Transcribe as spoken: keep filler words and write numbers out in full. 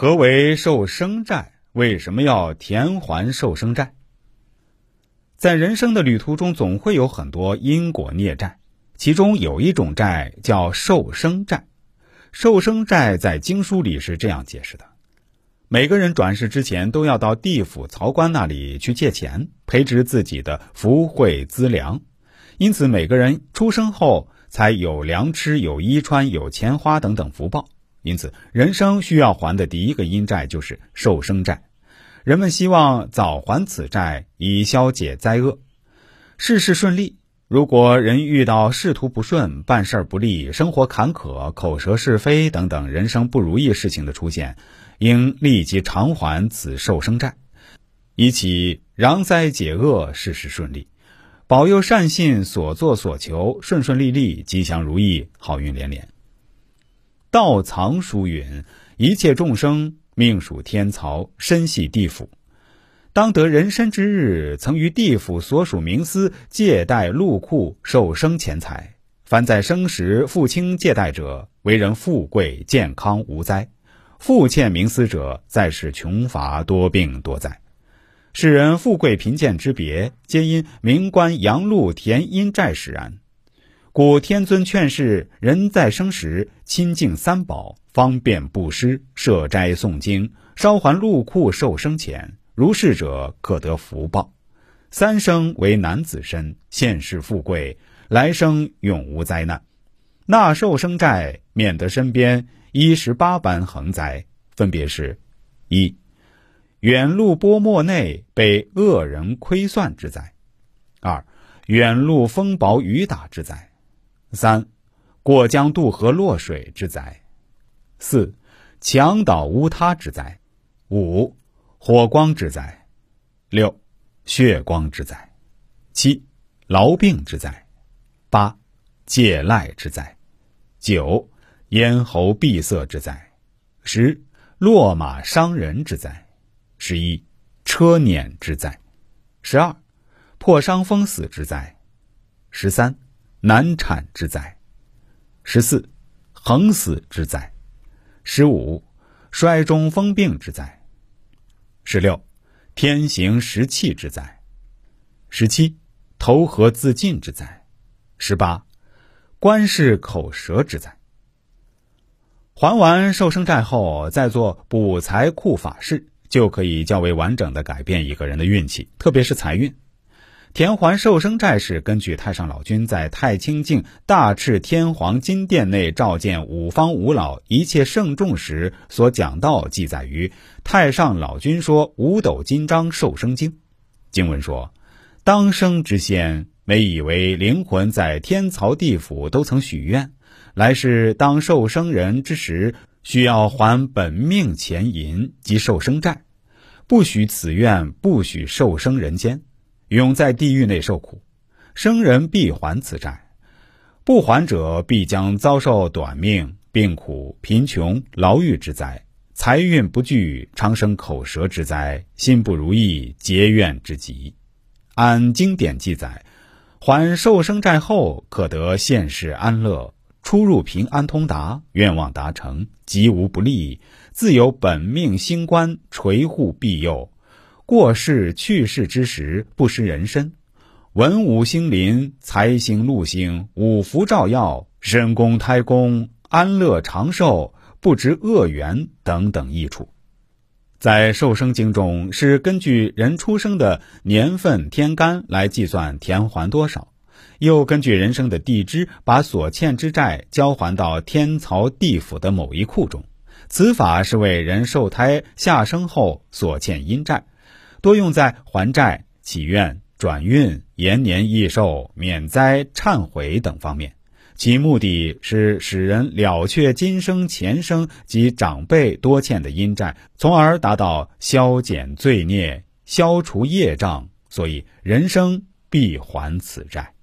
何为受生债？为什么要填还受生债？在人生的旅途中，总会有很多因果孽债，其中有一种债叫受生债。受生债在经书里是这样解释的：每个人转世之前都要到地府曹官那里去借钱，培植自己的福慧资粮，因此每个人出生后才有粮吃、有衣穿、有钱花等等福报。因此人生需要还的第一个阴债就是受生债，人们希望早还此债，以消解灾厄。事事顺利，如果人遇到仕途不顺、办事不利、生活坎坷、口舌是非等等人生不如意事情的出现，应立即偿还此受生债，以祈攘灾解厄，事事顺利，保佑善信所作所求顺顺利利，吉祥如意，好运连连。道藏书云：一切众生命属天曹，身系地府。当得人身之日，曾于地府所属名司借贷禄库，受生钱财。凡在生时付清借贷者，为人富贵健康无灾；负欠名司者，在世穷乏多病多灾。世人富贵贫贱之别，皆因名官阳禄填阴债使然。故天尊劝世人在生时亲敬三宝，方便布施，设斋诵经，烧还禄库受生钱，如是者可得福报。三生为男子身，现世富贵，来生永无灾难。纳受生债，免得身边一十八般横灾，分别是：一、远路波末内被恶人窥算之灾；二、远路风雹雨打之灾；三、过江渡河落水之灾；四、墙倒屋塌之灾；五、火光之灾；六、血光之灾；七、痨病之灾；八、借赖之灾；九、咽喉闭塞之灾；十、落马伤人之灾；十一、车碾之灾；十二、破伤风死之灾；十三、难产之灾；十四、横死之灾；十五、衰中风病之灾；十六、天行食气之灾；十七、投河自尽之灾；十八、官事口舌之灾。还完受生债后，再做补财库法事，就可以较为完整地改变一个人的运气，特别是财运。填还受生债是根据太上老君在太清境大赤天皇金殿内召见五方五老一切圣众时所讲道，记载于太上老君说五斗金章受生经。经文说，当生之先，每以为灵魂在天曹地府都曾许愿，来世当受生人之时，需要还本命钱银及受生债，不许此愿，不许受生人间，永在地狱内受苦，生人必还此债，不还者必将遭受短命、病苦、贫穷、牢狱之灾，财运不聚，常生口舌之灾，心不如意，结怨之疾。按经典记载，还受生债后，可得现世安乐，出入平安通达，愿望达成，吉无不利，自有本命星官垂护庇佑，过世去世之时不失人身，文武星临，财星禄星，五福照耀，身宫胎宫，安乐长寿，不知恶缘等等益处。在受生经中，是根据人出生的年份天干来计算填还多少，又根据人生的地支，把所欠之债交还到天曹地府的某一库中。此法是为人受胎下生后所欠阴债，多用在还债、祈愿、转运、延年益寿、免灾、忏悔等方面，其目的是使人了却今生前生及长辈多欠的阴债，从而达到消减罪孽、消除业障，所以人生必还此债。